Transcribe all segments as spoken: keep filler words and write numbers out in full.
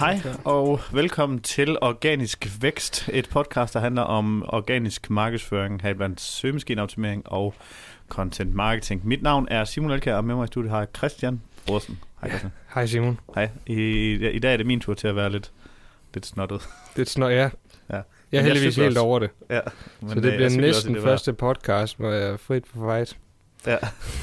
Hej og velkommen til Organisk Vækst, et podcast, der handler om organisk markedsføring, heriblandt søgemaskineoptimering og content marketing. Mit navn er Simon Elkjær, og med mig i studiet har jeg Christian Brorsen. Hej Christian. Ja, hej Simon. Hej. I, I dag er det min tur til at være lidt, lidt snottet. Det er snot, ja. ja. Jeg er heldigvis helt over det. Ja. Men så det bliver næsten det første podcast, hvor jeg er frit på fight. Ja.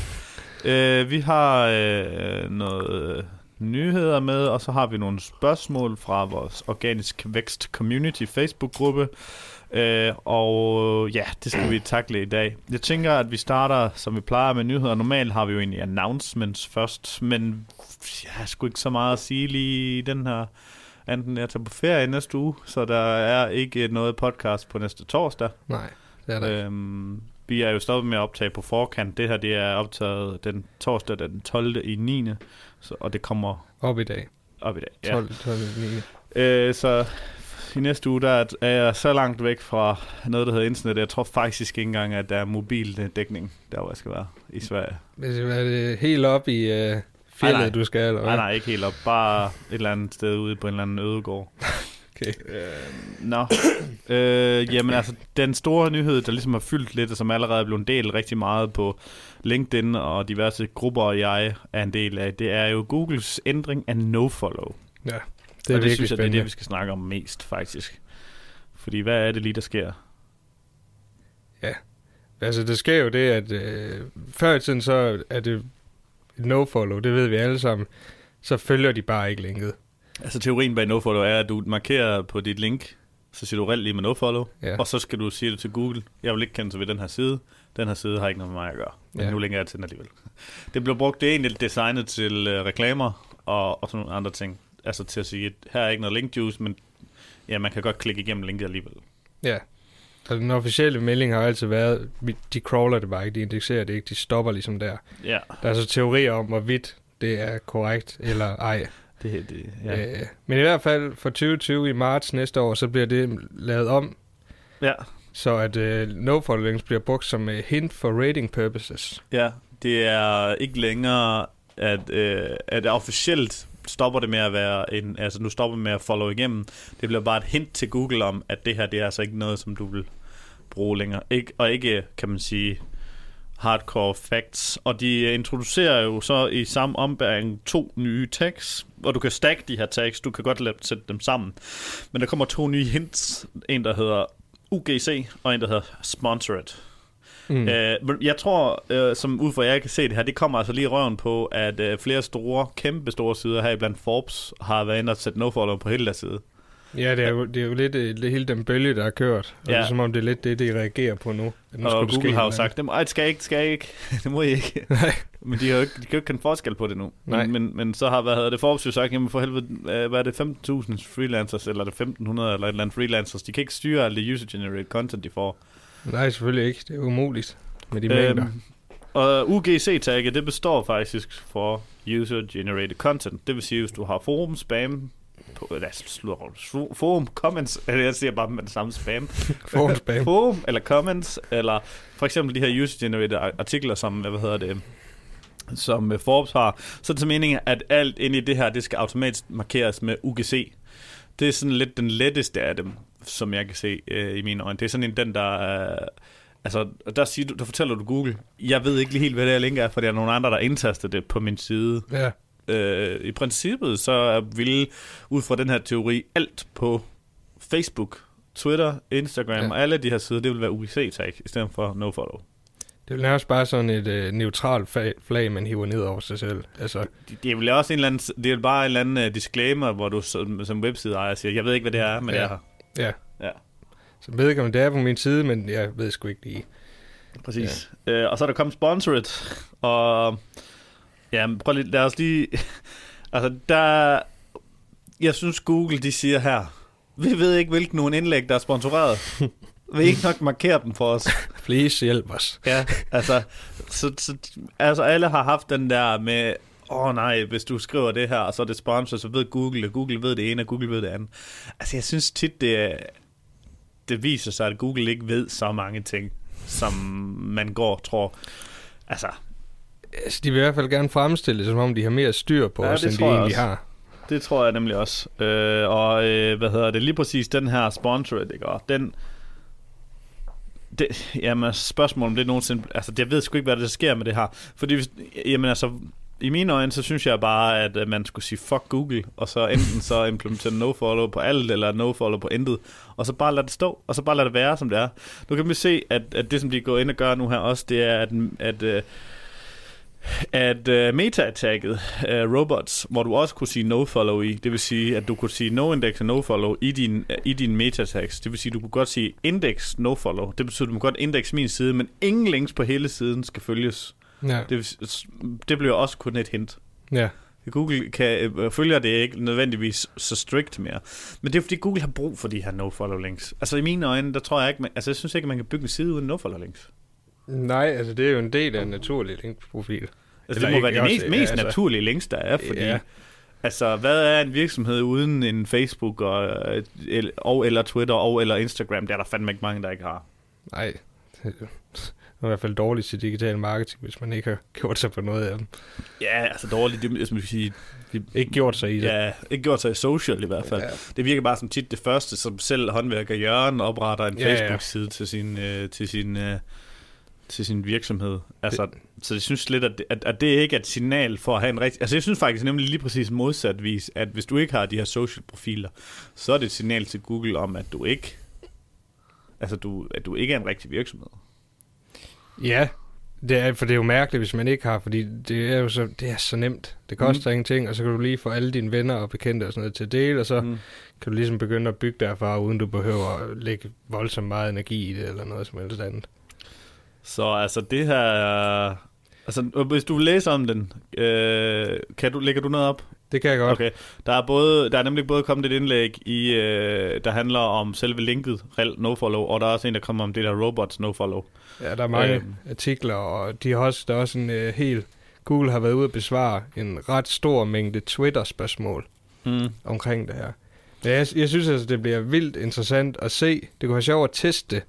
øh, vi har øh, noget nyheder med, og så har vi nogle spørgsmål fra vores Organisk Vækst Community Facebook-gruppe. Øh, og ja, det skal vi takle i dag. Jeg tænker, at vi starter, som vi plejer, med nyheder. Normalt har vi jo egentlig announcements først, men jeg har sgu ikke så meget at sige lige i den her. Enten jeg tager på ferie næste uge, så der er ikke noget podcast på næste torsdag. Nej, det er der øhm, Vi er jo stoppet med at optage på forkant. Det her, det er optaget den torsdag den tolvte i niende Så, og det kommer op i dag. Op i dag, ja. tolv, tolv, niende Øh, så i næste uge, der er jeg så langt væk fra noget, der hedder internet. Jeg tror faktisk ikke engang, at der er mobildækning, der hvor jeg skal være i Sverige. Er det helt op i uh, fjellet, nej, nej. du skal? Eller hvad? Nej, nej, ikke helt op. Bare et eller andet sted ude på en eller anden ødegård. Okay. Øh, Nå. øh, jamen altså, den store nyhed, der ligesom har fyldt lidt, og som allerede er blevet delt rigtig meget på LinkedIn og diverse grupper, og jeg er en del af, det er jo Googles ændring af nofollow. Ja, det er og det synes jeg, spændende. det er det, vi skal snakke om mest, faktisk. Fordi hvad er det lige, der sker? Ja, altså det sker jo det, at øh, før i tiden, så er det et nofollow, det ved vi alle sammen, så følger de bare ikke linket. Altså teorien bag nofollow er, at du markerer på dit link, så siger du reelt lige med nofollow, ja. Og så skal du sige det til Google. Jeg vil ikke kende sig ved den her side. Den her side har ikke noget med mig at gøre. Men ja. Nu linker jeg til den alligevel. Det bliver brugt, det er egentlig designet til øh, reklamer og, og sådan nogle andre ting. Altså til at sige, at her er ikke noget link juice, men ja, man kan godt klikke igennem linket alligevel. Ja, og den officielle melding har altid været, de crawler det bare ikke, de indekserer det ikke, de stopper ligesom der. Ja. Der er så teorier om, hvorvidt det er korrekt eller ej. Det, det, ja. øh, men i hvert fald for tyve tyve i marts næste år, så bliver det lavet om, ja. så at øh, nofollow bliver brugt som øh, hint for rating purposes. Ja, det er ikke længere, at, øh, at officielt stopper det med at være en, altså nu stopper det med at follow igennem. Det bliver bare et hint til Google om, at det her, det er altså ikke noget, som du vil bruge længere. Ikke, og ikke, kan man sige, hardcore facts. Og de introducerer jo så i samme ombæring to nye tags, hvor du kan stack de her tags. Du kan godt lade sætte dem sammen. Men der kommer to nye hints. En, der hedder U G C, og en, der hedder Sponsored. Mm. Uh, jeg tror, uh, som ud fra jeg kan se det her, det kommer altså lige røven på, at uh, flere store, kæmpe store sider her blandt Forbes har været inde og sætte nofollow på hele deres side. Ja, det er jo, det er jo lidt det hele den bølge, der er kørt. Og ja. Det er som om, det er lidt det, de reagerer på nu. nu og Google har jo sagt, det, må, det skal ikke, skal ikke. Det må I ikke. Nej. Men de, har jo ikke, de kan jo ikke kende forskel på det nu. Nej. Men, men, men så har hvad hedder det, Forbes jo sagt, jamen for helvede, hvad er det, femten tusind freelancers, eller er det femten hundrede, eller et eller andet freelancers, de kan ikke styre alt det user-generated content, de får. Nej, selvfølgelig ikke. Det er umuligt med de mængder. Øhm, og U G C-tagget, det består faktisk for user-generated content. Det vil sige, hvis du har forum, spam, på, forum, comments, eller jeg siger bare med det samme spam. forum, spam. Forum, eller comments, eller for eksempel de her user-generated artikler, som, hvad hedder det, som Forbes har, så er det så meningen, at alt inde i det her, det skal automatisk markeres med U G C. Det er sådan lidt den letteste af dem, som jeg kan se øh, i mine øjne. Det er sådan en den, der... Øh, altså, der, siger du, der fortæller du Google, jeg ved ikke lige helt, hvad det her link er, for der er nogle andre, der indtaster det på min side. Ja. Øh, I princippet, så vil ud fra den her teori, alt på Facebook, Twitter, Instagram ja. Og alle de her sider, det vil være U G C-tag, i stedet for nofollow. Det vil nærmest bare sådan et øh, neutralt flag, flag, man hiver ned over sig selv. Altså. Det, det er vel også en eller anden, det er bare en eller anden uh, disclaimer, hvor du som, som webside ejer siger, jeg ved ikke, hvad det er, men ja. det er her. Ja. Ja. Så jeg ved ikke, om det er på min side, men jeg ved sgu ikke lige. Præcis. Ja. Øh, og så er der kommet Sponsored, og ja, prøv lige, lad os lige, altså der, jeg synes Google, de siger her, vi ved ikke, hvilken nogle indlæg, der er sponsoreret. Vi ikke nok markere dem for os. Please hjælp os. Ja, altså, så, så, altså alle har haft den der med, åh oh, nej, hvis du skriver det her, og så er det sponsor, så ved Google, og Google ved det ene, og Google ved det andet. Altså jeg synes tit, det, det viser sig, at Google ikke ved så mange ting, som man går og tror. Altså, altså de vil i hvert fald gerne fremstille det, som om de har mere styr på ja, os, end de egentlig har. det tror jeg nemlig også. Øh, og øh, hvad hedder det? Lige præcis den her sponsored, ikke? Og den... Det, jamen, spørgsmålet om det nogensinde... Altså, jeg ved sgu ikke, hvad der sker med det her. Fordi, hvis, jamen altså... I mine øjne, så synes jeg bare, at man skulle sige fuck Google, og så enten så implementere nofollow på alt, eller nofollow på intet, og så bare lade det stå, og så bare lade det være, som det er. Nu kan vi se, at, at det, som de går ind og gør nu her også, det er, at, at, at, at uh, meta-tagget uh, robots, hvor du også kunne sige nofollow i, det vil sige, at du kunne sige no-index og nofollow i din, i din meta-tags. Det vil sige, at du kunne godt sige index nofollow. Det betyder, at du må godt index min side, men ingen links på hele siden skal følges. Ja. Det, det bliver også kun et hint. Ja. Google kan, øh, følger det ikke nødvendigvis så strict mere. Men det er fordi Google har brug for de her nofollow links. Altså i mine øjne, der tror jeg ikke, man, altså jeg synes ikke, man kan bygge en side uden nofollow links. Nej, altså det er jo en del af en naturlig linkprofil. Altså det må være de mest, også, mest ja, altså, naturlige links, der er, fordi ja. Altså hvad er en virksomhed uden en Facebook og, og eller Twitter og eller Instagram? Det er der fandme ikke mange, der ikke har. Nej, det er i hvert fald dårligt til digital marketing, hvis man ikke har gjort sig på noget af dem. Ja, altså dårligt, det, altså, man kan sige... De, ikke gjort sig i det. Ja, ikke gjort sig i social i hvert fald. Ja. Det virker bare som tit det første, som selv håndværker Jørgen opretter en ja, Facebook-side ja. til sin, øh, til sin, øh, til sin virksomhed. Altså, det. Så jeg synes lidt, at det, at, at det ikke er et signal for at have en rigtig... Altså jeg synes faktisk nemlig lige præcis modsatvis, at hvis du ikke har de her social-profiler, så er det et signal til Google om, at du ikke... Altså, du, at du ikke er en rigtig virksomhed. Ja, det er, for det er jo mærkeligt, hvis man ikke har, fordi det er jo så, det er så nemt. Det koster mm. ingenting, og så kan du lige få alle dine venner og bekendte og sådan noget til at dele, og så mm. kan du ligesom begynde at bygge derfra, uden du behøver at lægge voldsomt meget energi i det, eller noget som helst andet. Så altså det her... Altså, hvis du læser om den, øh, kan du, lægger du noget op? Det kan jeg godt. Okay. Der er, både, der er nemlig både kommet et indlæg, i, øh, der handler om selve linket, real nofollow, og der er også en, der kommer om det der robots nofollow. Ja, der er mange øh, artikler, og de har også, der er også en øh, helt... Google har været ude at besvare en ret stor mængde Twitter-spørgsmål mm. omkring det her. Men jeg, jeg synes altså, det bliver vildt interessant at se. Det kunne være sjovt at teste.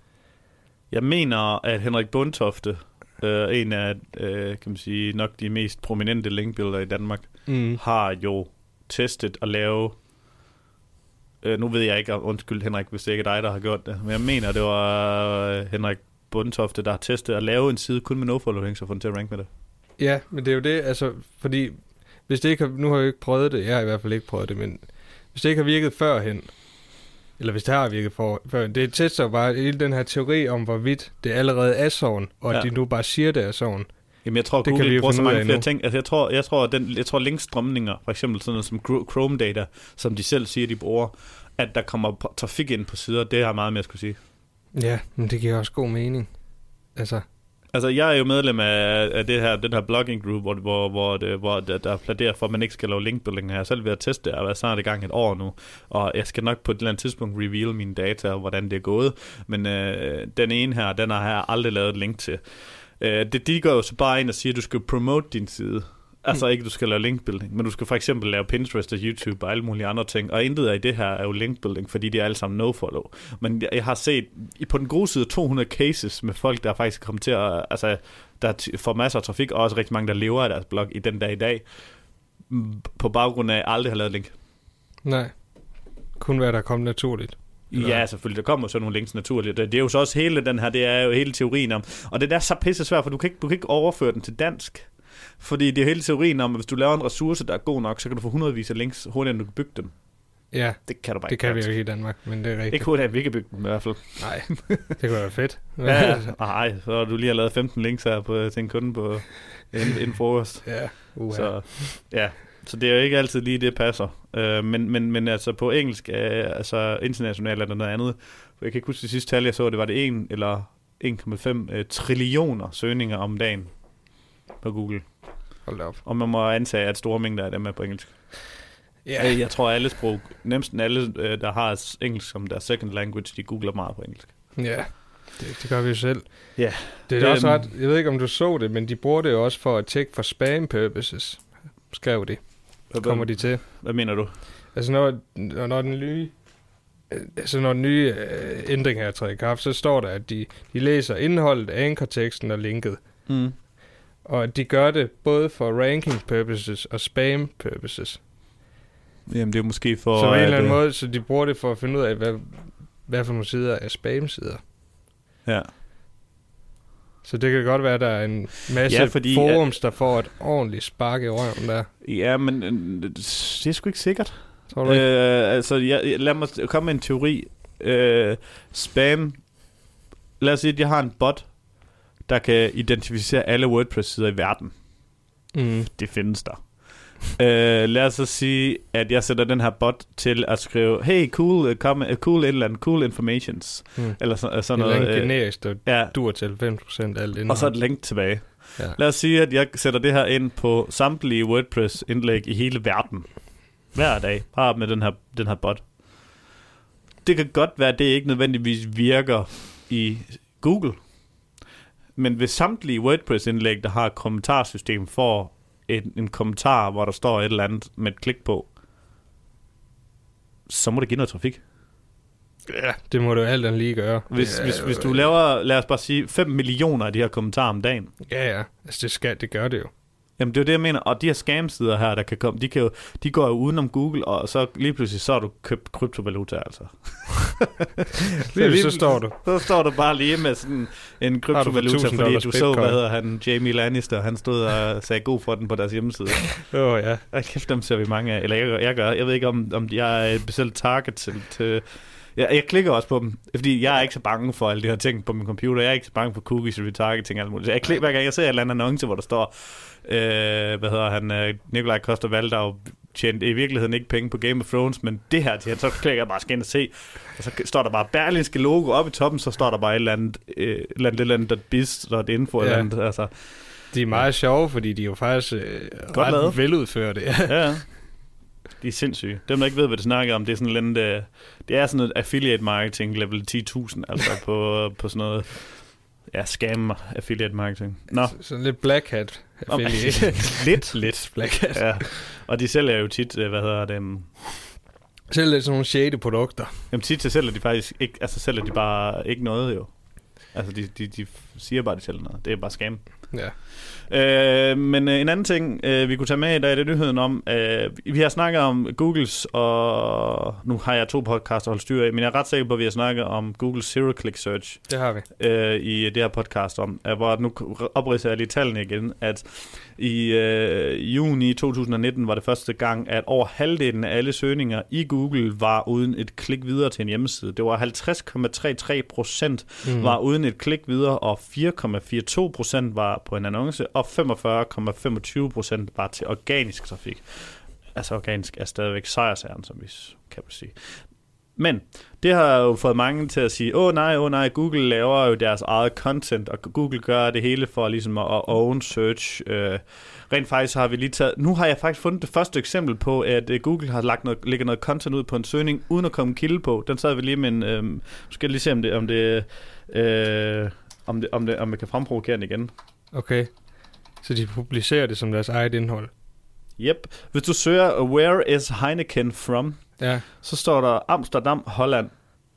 Jeg mener, at Henrik Bundtofte, øh, en af øh, kan man sige, nok de mest prominente linkbuilder i Danmark, mm. har jo testet at lave... Øh, nu ved jeg ikke, undskyld Henrik, hvis det ikke er dig, der har gjort det, men jeg mener, det var øh, Henrik Bundtofte, der har testet at lave en side kun med nofollow links og få den til at rank med det. Ja, men det er jo det, altså, fordi hvis det ikke har, nu har jeg jo ikke prøvet det, jeg har i hvert fald ikke prøvet det, men hvis det ikke har virket førhen, eller hvis det har virket for, før, det tester jo bare hele den her teori om, hvorvidt det allerede er sådan, og ja. at de nu bare siger, det er sådan. Jamen jeg tror, det Google bruger så mange flere ting. Altså jeg tror, jeg tror, den, jeg tror linkstrømninger, for eksempel sådan noget som Chrome data, som de selv siger, de bruger, at der kommer trafik ind på sider, det har meget mere at skulle sige. Ja, men det giver også god mening. Altså... Altså, jeg er jo medlem af, af det her, den her blogging group, hvor, hvor, hvor, det, hvor der, der pladerer for, at man ikke skal lave linkbuilding her. Jeg er selv ved at teste det, og jeg er snart i gang et år nu, og jeg skal nok på et eller andet tidspunkt reveal mine data, og hvordan det er gået. Men øh, den ene her, den har jeg aldrig lavet et link til. Øh, det, de går jo så bare ind og siger, at du skal promote din side. Altså ikke, du skal lave linkbuilding, men du skal for eksempel lave Pinterest og YouTube og alle mulige andre ting. Og intet af det her er jo linkbuilding, fordi de er alle sammen nofollow. Men jeg har set på den gode side to hundrede cases med folk, der faktisk kommer til at... Altså, der får masser af trafik, og også rigtig mange, der lever af deres blog i den dag i dag, på baggrund af, at aldrig har lavet link. Nej. Kun hvad der kommer naturligt. Eller? Ja, selvfølgelig. Der kommer så nogle links naturligt. Det er jo så også hele den her, det er jo hele teorien om. Og det er så pisse svært, for du kan ikke, du kan ikke overføre den til dansk. Fordi det er hele teorien om, at hvis du laver en ressource, der er god nok, så kan du få hundredvis af links hurtigere, end du kan bygge dem. Ja, det kan du bare det ikke. Det kan vi jo ikke i Danmark, men det er rigtigt. Ikke hurtigere, end vi kan bygge dem i hvert fald. Nej, det kunne være fedt. Ja, nej, så har du lige har lavet femten links her på, til en kunde på en frokost. Ja, uha. Så, ja, så det er jo ikke altid lige, det passer. Uh, men, men, men altså på engelsk, uh, altså internationalt er der noget andet. Jeg kan ikke huske det sidste tal, jeg så, det var det en eller en komma fem uh, trillioner søgninger om dagen på Google. Hold op. Og man må antage, at store mængder af dem er på engelsk. Yeah. Jeg tror, at alle sprog, næsten alle, der har engelsk som deres second language, de googler meget på engelsk. Ja, yeah. det, det gør vi jo selv. Ja. Yeah. Det er um, også ret, jeg ved ikke, om du så det, men de bruger det jo også for at tjekke for spam purposes. Skrev de. Hvad kommer de til? Hvad mener du? Altså, når, når den nye... Altså når den nye øh, ændring her træder i kraft, så står der, at de, de læser indholdet, anchor-teksten og linket. Mm. Og de gør det både for ranking purposes og spam purposes. Jamen, det er måske for... Så på en eller anden at, måde, så de bruger det for at finde ud af, hvad, hvad for nogle sider er spam-sider. Ja. Så det kan godt være, at der er en masse Ja, fordi, forums, der får et ordentligt spark i røven der. Ja, men øh, det er sgu ikke sikkert. Tror du ikke? Øh, altså, jeg, lad mig komme med en teori. Øh, spam. Lad os sige, at jeg har en bot, der kan identificere alle WordPress-sider i verden. Mm. Det findes der. øh, lad os så sige, at jeg sætter den her bot til at skrive, hey, cool, uh, come, uh, cool et eller andet, cool informations. Mm. Eller så, uh, sådan noget. noget. Eller generisk, der ja. duer til halvfems procent af alt indhold. Og så et link tilbage. Ja. Lad os sige, at jeg sætter det her ind på samtlige WordPress-indlæg i hele verden. Hver dag. Bare med den her, den her bot. Det kan godt være, at det ikke nødvendigvis virker i Google. Men hvis samtlige WordPress-indlæg, der har et kommentarsystem, får en, en kommentar, hvor der står et eller andet med et klik på, så må det give noget trafik. Ja, det må du alt andet lige gøre. Hvis, ja, hvis, hvis du laver, lad os bare sige, fem millioner af de her kommentarer om dagen. Ja, ja. Altså, det, skal, det gør det jo. Jamen, det er jo det, jeg mener. Og de her scam-sider her, der kan komme, de, kan jo, de går jo udenom Google, og så lige pludselig, så har du købt kryptovaluta, altså. så, lige, så står du. Så står du bare lige med sådan en kryptovaluta, fordi du så, hvad hedder han, Jamie Lannister, han stod og sagde god for den på deres hjemmeside. Åh, oh, ja. Og kæft, dem ser vi mange af. Eller jeg, jeg gør. Jeg ved ikke, om, om jeg er et specielt target til... til jeg, jeg klikker også på dem, fordi jeg er ikke så bange for alle de her ting på min computer. Jeg er ikke så bange for cookies og retargeting og alt muligt. Så jeg klikker, hver gang jeg ser en eller anden annonce, hvor der står, øh, hvad hedder han, øh, Nikolaj Coster-Waldau tjente i virkeligheden ikke penge på Game of Thrones, men det her, så klikker jeg bare, skal ind og se, og så står der bare Berlingske logo oppe i toppen, så står der bare et eller andet, øh, et eller andet, et eller andet .biz, eller et info, ja. Eller andet, altså. De er meget sjove, fordi de er jo faktisk øh, ret lavet. Veludførte. Ja. Ja, ja. De er sindssyge. Dem, der ikke ved, hvad det snakker om, det er sådan lidt, uh, det er sådan noget affiliate marketing level ti tusind, altså på, på sådan noget, ja, scam affiliate marketing. Nå. Så, sådan lidt black hat affiliate. lidt. lidt black hat. Ja. Og de sælger jo tit, hvad hedder det? Sælger sådan nogle shady produkter. Jamen tit så sælger de faktisk ikke, altså sælger de bare ikke noget jo. Altså de, de, de siger bare, de sælger noget. Det er bare scam. Ja. Øh, men øh, en anden ting, øh, vi kunne tage med i dag, det er nyheden om, øh, vi har snakket om Googles, og nu har jeg to podcasts at holde styr af, men jeg er ret sikker på, at vi har snakket om Googles Zero-Click Search. Det har vi. Øh, i det her podcast om, øh, hvor nu opridser jeg lige tallene igen, at i øh, juni to tusind nitten var det første gang, at over halvdelen af alle søgninger i Google var uden et klik videre til en hjemmeside. Det var halvtreds komma treogtres procent mm. var uden et klik videre, og fire komma fireogtyve procent var på en annonce, og femogfyrre komma femogtyve procent var til organisk trafik. Altså organisk er stadigvæk sejrsæren, som vi kan sige. Men det har jo fået mange til at sige, åh nej, åh nej, Google laver jo deres eget content, og Google gør det hele for ligesom at own search. Øh, rent faktisk har vi lige taget, nu har jeg faktisk fundet det første eksempel på, at Google har lagt noget, lægget noget content ud på en søgning, uden at komme kilde på. Den sad vi lige med en, øh, skal jeg lige se om det, om det, øh, om det, om det, om det kan fremprovokere den igen. Okay, så de publicerer det som deres eget indhold. Yep. Hvis du søger, where is Heineken from? Ja. Så står der Amsterdam, Holland.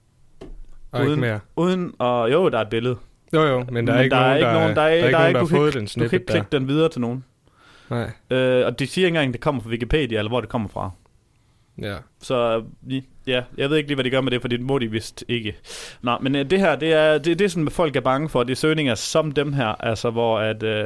Og uden, ikke mere. Uden, og jo, der er et billede. Jo jo, men der er men ikke der nogen, er ikke nogen, der, er, der, er, der, er ikke nogen, der har fået kan, den snippet. Du kan ikke klikke der. den videre til nogen. Nej. Øh, og de siger ikke engang, at det kommer fra Wikipedia, eller hvor det kommer fra. Ja. Så ja, jeg ved ikke lige, hvad de gør med det, for det må de vist ikke. Nå, men øh, det her, det er det, det er sådan, folk er bange for. Det er søgninger som dem her, altså hvor at... Øh,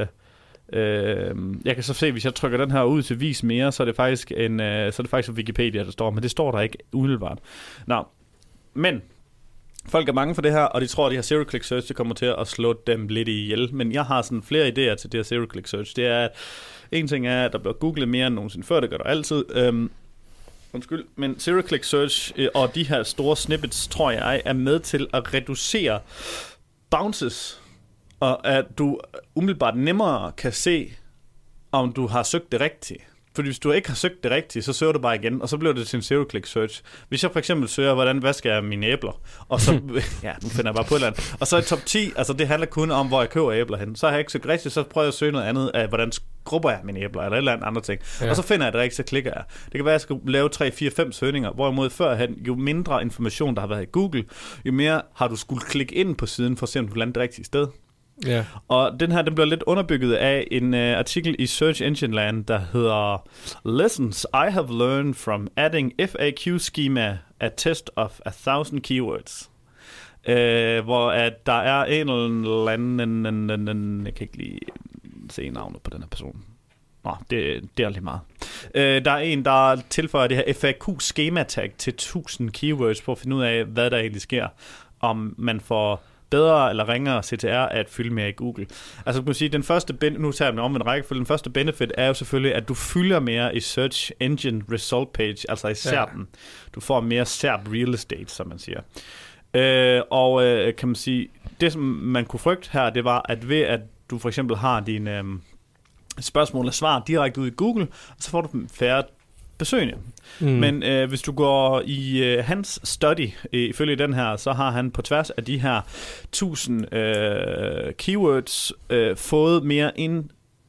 Øh, jeg kan så se, hvis jeg trykker den her ud til vis mere, så er det faktisk en, øh, så er det faktisk Wikipedia, der står, men det står der ikke umiddelbart. Nå, men folk er mange for det her, og de tror, at det her zero-click search, det kommer til at slå dem lidt ihjel. Men jeg har sådan flere idéer til det her zero-click search. Det er, at en ting er, at der bliver googlet mere end nogensinde før, det gør der altid. Øhm, undskyld, men zero-click search øh, og de her store snippets, tror jeg, er med til at reducere bounces, og at du umiddelbart nemmere kan se, om du har søgt det rigtigt. Fordi hvis du ikke har søgt det rigtigt, så søger du bare igen, og så bliver det til en zero-click search. Hvis jeg for eksempel søger, hvordan vasker jeg mine æbler, og så, ja, nu finder jeg bare på et eller andet, og så i top ti, altså det handler kun om, hvor jeg køber æbler hen. Så har jeg ikke søgt rigtigt, så prøver jeg at søge noget andet af, hvordan skrubber jeg mine æbler, eller et eller andet andet ting. Ja. Og så finder jeg det rigtigt, så klikker jeg. Det kan være, at jeg skal lave tre, fire, fem søgninger, hvorimod førhen, jo mindre information, der har været i Google, jo mere har du skulle klikke ind på siden, for at se, om du lander det rigtige sted. Ja. Og den her, den bliver lidt underbygget af en uh, artikel i Search Engine Land, der hedder Lessons I have learned from adding F A Q schema a test of a thousand keywords. Uh, hvor at der er en eller anden, en, en, en, jeg kan ikke lige se navnet på den her person. Nå, det, det er lidt meget. Uh, der er en, der tilføjer det her F A Q schema tag til tusind keywords for at finde ud af, hvad der egentlig sker, om man får bedre eller ringere C T R af at fylde mere i Google. Altså, man sige, den første ben- nu tager jeg den omvendt rækkefølge. Den første benefit er jo selvfølgelig, at du fylder mere i Search Engine Result Page, altså i SERP'en. Ja. Du får mere SERP real estate, som man siger. Øh, og øh, kan man sige, det som man kunne frygte her, det var, at ved at du for eksempel har dine øh, spørgsmål og svar direkte ud i Google, så får du færre besøgende. Mm. Men øh, hvis du går i øh, hans study, øh, ifølge den her, så har han på tværs af de her tusind øh, keywords øh, fået mere end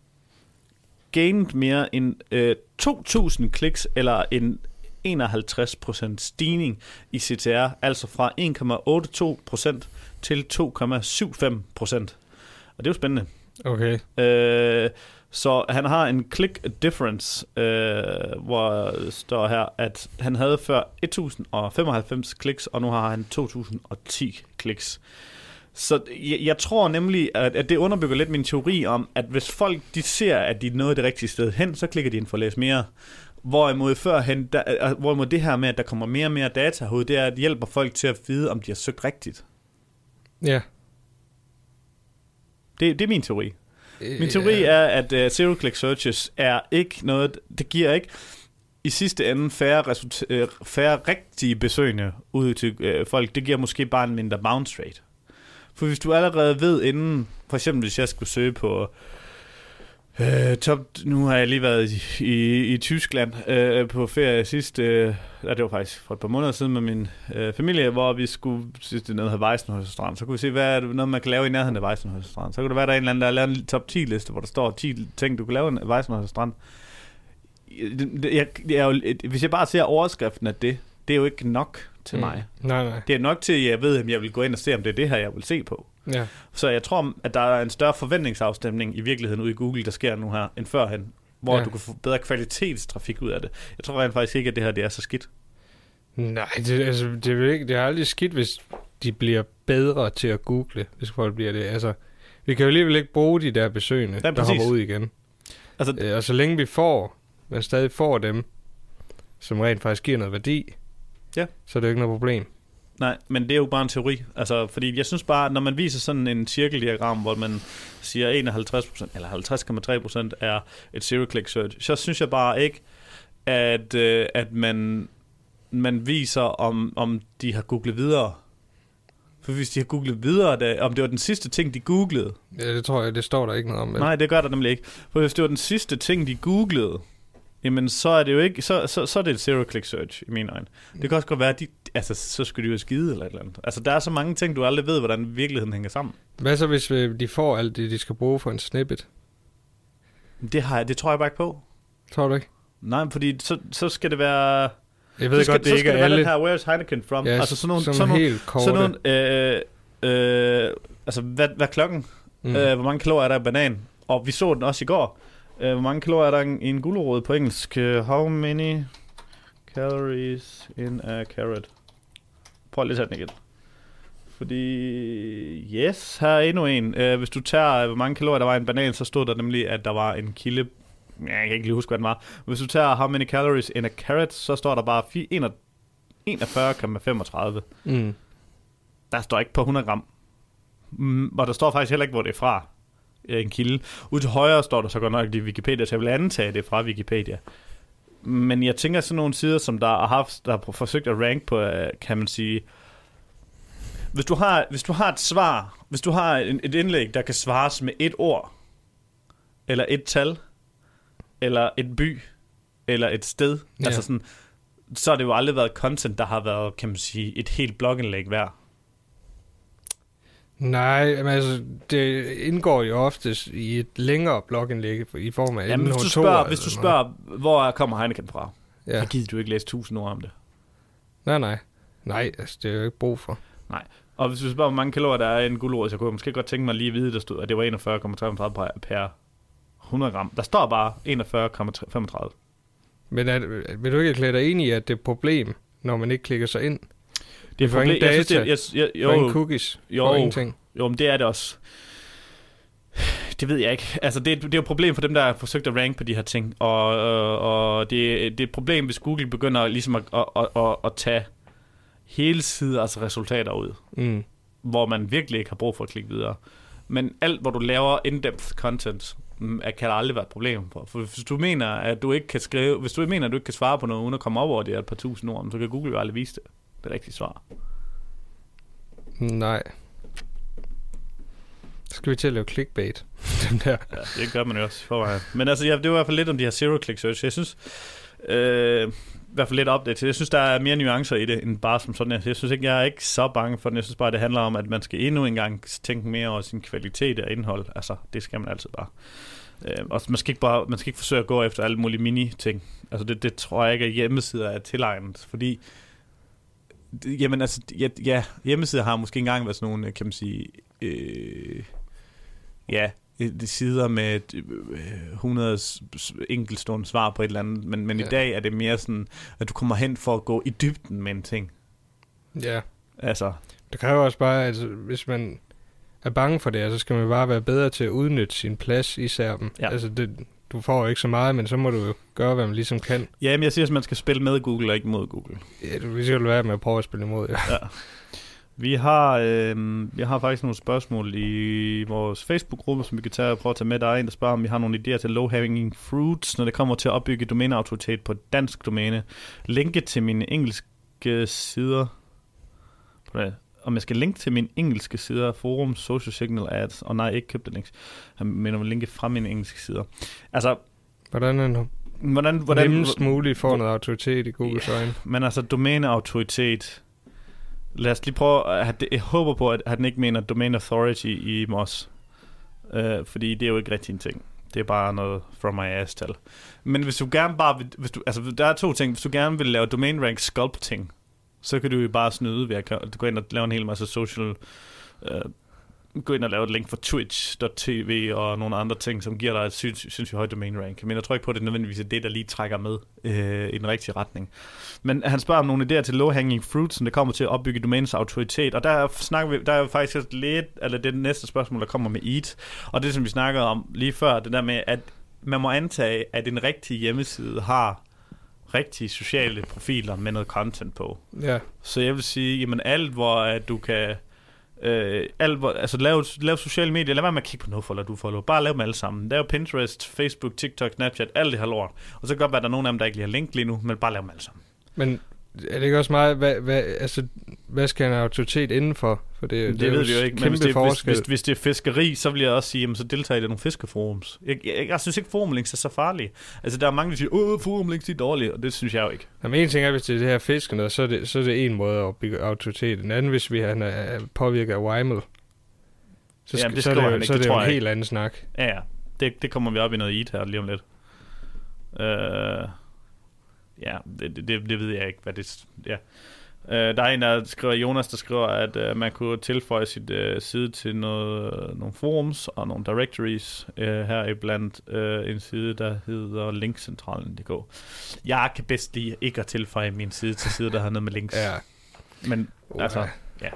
gained mere end øh, to tusind kliks, eller en enoghalvtreds procent stigning i C T R, altså fra en komma otte to procent til to komma syv fem procent. Og det er jo spændende. Okay. Øh, Så han har en click difference, øh, hvor det står her, at han havde før et tusind femoghalvfems kliks, og nu har han to tusind ti kliks. Så jeg, jeg tror nemlig, at, at det underbygger lidt min teori om, at hvis folk de ser, at de er nået det rigtige sted hen, så klikker de ind for at læse mere. Hvorimod, førhen, der, hvorimod det her med, at der kommer mere og mere data ud, det er, at det hjælper folk til at vide, om de har søgt rigtigt. Ja. Det, det er min teori. Min teori er, at uh, zero-click searches er ikke noget, det giver ikke i sidste ende færre, resulta- uh, færre rigtige besøgende ud til uh, folk. Det giver måske bare en mindre bounce rate. For hvis du allerede ved inden, for eksempel hvis jeg skulle søge på uh, top, nu har jeg lige været i, i, i Tyskland uh, på ferie sidst, uh, ja, det var faktisk for et par måneder siden med min uh, familie, hvor vi skulle, synes det noget af Weißenhäuser Strand, så kunne vi se, hvad er det, noget man kan lave i nærheden af Weißenhäuser Strand. Så kunne det være, der er en eller anden, der har lavet en top ti liste, hvor der står ti ting, du kan lave i Weißenhäuser Strand. Jeg, jeg, jeg, hvis jeg bare ser overskriften af det, det er jo ikke nok til mm. mig. Nej, nej. Det er nok til, at jeg ved, at jeg vil gå ind og se, om det er det her, jeg vil se på. Ja. Så jeg tror, at der er en større forventningsafstemning i virkeligheden ude i Google, der sker nu her, end førhen, hvor ja. du kan få bedre kvalitetstrafik ud af det. Jeg tror rent faktisk ikke, at det her det er så skidt. Nej, det, altså, det, er ikke, det er aldrig skidt, hvis de bliver bedre til at google, hvis folk bliver det. Altså, vi kan jo alligevel ikke bruge de der besøgende, ja, der hopper ud igen. Altså, øh, og så længe vi får, men stadig får dem, som rent faktisk giver noget værdi, ja. Så er det jo ikke noget problem. Nej, men det er jo bare en teori. Altså, fordi jeg synes bare, når man viser sådan en cirkeldiagram, hvor man siger enoghalvtreds procent eller halvtreds komma tre procent er et zero-click search, så synes jeg bare ikke, at, øh, at man, man viser, om, om de har googlet videre. For hvis de har googlet videre, da, om det var den sidste ting, de googlede. Ja, det tror jeg, det står der ikke noget om. Men... Nej, det gør der nemlig ikke. For hvis det var den sidste ting, de googlede, jamen så er det jo ikke, så, så, så er det et zero-click search i mine øjne. Det kan også godt være, at de, altså, så skulle de jo skide eller et eller andet. Altså, der er så mange ting, du aldrig ved, hvordan virkeligheden hænger sammen. Hvad så, hvis de får alt det, de skal bruge for en snippet? Det, har jeg, det tror jeg bare ikke på. Tror du ikke? Nej, fordi så, så skal det være... Jeg ved så godt, skal, det ikke er alle... Så skal det være den her, where's Heineken from? Ja, altså sådan nogle... sådan sådan helt korte. Sådan nogle, øh, øh, altså, hvad, hvad er klokken? Mm. Øh, hvor mange kalorier er der i banan? Og vi så den også i går. Øh, hvor mange kalorier er der i en gulerod på engelsk? How many calories in a carrot? Prøv lige at tage den igen. Fordi, yes, her er endnu en. Uh, hvis du tager, hvor mange kalorier der var i en banan, så stod der nemlig, at der var en kilde. Jeg kan ikke lige huske, hvad den var. Hvis du tager how many calories in a carrot, så står der bare enogfyrre komma femogtredive. Mm. Der står ikke på hundrede gram. Mm, og der står faktisk heller ikke, hvor det er fra. En kilde. Ude til højre står der så godt nok i Wikipedia, så jeg vil antage det fra Wikipedia. Men jeg tænker sådan nogle sider, som der har haft, der har forsøgt at rank på, kan man sige, hvis du har, hvis du har et svar, hvis du har et, et indlæg, der kan svares med et ord, eller et tal, eller et by, eller et sted, ja. Altså sådan, så har det jo aldrig været content, der har været, kan man sige, et helt blogindlæg værd. Nej, men altså, det indgår jo oftest i et længere blogindlæg i form af ja, hvis du spørger, hvis du spørger hvor kommer Heineken fra, ja. Så gider du ikke læse tusind ord om det. Nej, nej. Nej, altså, det er jo ikke brug for. Nej. Og hvis du spørger, hvor mange kalorier der er i en gulerod, så kunne jeg måske godt tænke mig lige at vide, der stod, at det var enogfyrre komma treogtredive per hundrede gram. Der står bare enogfyrre komma femogtredive. Men er, vil du ikke erklære dig enig i, at det er et problem, når man ikke klikker sig ind? Det er for ingen data, jeg synes, det, jeg, jeg, jo, for ingen cookies, jo, for ingenting. Jo, men det er det også. Det ved jeg ikke. Altså, det, det er jo et problem for dem, der har forsøgt at rank på de her ting. Og, og, og det, det er et problem, hvis Google begynder ligesom at, at, at, at, at tage hele siders resultater ud. Mm. Hvor man virkelig ikke har brug for at klikke videre. Men alt, hvor du laver in-depth content, kan der aldrig være et problem for. For hvis du mener, at du ikke kan skrive, hvis du mener, at du ikke kan svare på noget, uden at komme op over det et par tusind ord, så kan Google jo aldrig vise det. Det er rigtigt svar. Nej. Så skal vi til at lave clickbait. Dem der. Ja, det gør man jo også i forvejen. Men altså, ja, det var i hvert fald lidt om de her zero-click search. Jeg synes, øh, i hvert fald lidt update. Jeg synes, der er mere nuancer i det, end bare som sådan. Jeg synes ikke, jeg er ikke så bange for den. Jeg synes bare, det handler om, at man skal endnu en gang tænke mere over sin kvalitet og indhold. Altså, det skal man altid bare. Øh, og man skal ikke bare, man skal ikke forsøge at gå efter alle mulige mini-ting. Altså, det, det tror jeg ikke, at hjemmesider er tilegnet, fordi jamen altså, ja, ja, hjemmesider har måske engang været sådan nogle, kan man sige, øh, ja, sider med hundrede enkeltstående svar på et eller andet, men, men ja. I dag er det mere sådan, at du kommer hen for at gå i dybden med en ting. Ja. Altså. Det kræver også bare, at hvis man er bange for det, så skal man bare være bedre til at udnytte sin plads i serben. Ja. Altså, det, du får jo ikke så meget, men så må du jo gøre, hvad man ligesom kan. Ja, men jeg siger, at man skal spille med Google og ikke mod Google. Ja, du vil sikkert være med at prøve at spille imod, ja. Ja. Vi har, øh, vi har faktisk nogle spørgsmål i vores Facebook-gruppe, som vi kan tage og prøve at tage med. Der er en, der spørger, om vi har nogle idéer til low-hanging fruits, når det kommer til at opbygge domæneautoritet på et dansk domæne. Linke til mine engelske sider. Om jeg skal linke til mine engelske sider, forum, social signal ads, og nej, ikke købte links. Jeg mener, at linke fra mine engelske sider. Altså, hvordan en hvordan, hvordan, nemmest muligt får noget autoritet i Googles øjne. Men altså, domæneautoritet. Lad os lige prøve at have det, jeg håber på, at den ikke mener domain authority i M O S. Uh, fordi det er jo ikke rigtig en ting. Det er bare noget from my ass tal. Men hvis du gerne bare vil, hvis du, altså der er to ting. Hvis du gerne vil lave domain rank sculpting, så kan du jo bare snyde ved at gå ind og lave en hel masse social, uh, gå ind og lave et link for twitch punktum t v og nogle andre ting, som giver dig et sindssygt højt domain rank. Men jeg tror ikke på, at det nødvendigvis er det, der lige trækker med øh, i den rigtige retning. Men han spørger om nogle idéer til low-hanging fruits, som det kommer til at opbygge domænets autoritet. Og der snakker vi, der er faktisk lidt, eller det næste spørgsmål, der kommer med Eat. Og det, som vi snakkede om lige før, det der med, at man må antage, at en rigtig hjemmeside har rigtige sociale profiler med noget content på. Ja. Så jeg vil sige, jamen alt, hvor at du kan Øh, alt, altså lav, lav sociale medier. Lad være med at kigge på nofollow, du follow. Bare lav dem alle sammen. Lav Pinterest, Facebook, TikTok, Snapchat, alt det her lort. Og så kan godt være, at der er nogen af dem, der ikke lige har link lige nu, men bare lav dem alle sammen. Men er det ikke også meget, hvad, hvad, altså, hvad skal en autoritet indenfor? For det, det, det ved vi jo ikke, men hvis det, hvis, hvis, hvis det er fiskeri, så vil jeg også sige, jamen, så deltager i nogle fiskeforums. Jeg, jeg, jeg synes ikke, forumlinks er så farlige. Altså, der er mange, der siger, åh, forumlinks, de er dårlige, og det synes jeg jo ikke. Jamen, en ting er, hvis det er det her fiskerne, så er det, så er det en måde at bygge autoritet. En anden, hvis vi han er påvirket af Weimel, så, jamen, det så, er det, så det er det jo en helt anden snak. Ja, ja. Det, det kommer vi op i noget Eat her lige om lidt. Uh, ja, det, det, det ved jeg ikke, hvad det ja. Uh, der er en, der skriver, Jonas, der skriver, at uh, man kunne tilføje sit uh, side til noget, uh, nogle forums og nogle directories uh, her iblandt uh, en side, der hedder linkcentralen punktum d k. Jeg kan bedst lide ikke at tilføje min side til side, der har noget med links. Ja. Men uh, altså, ja.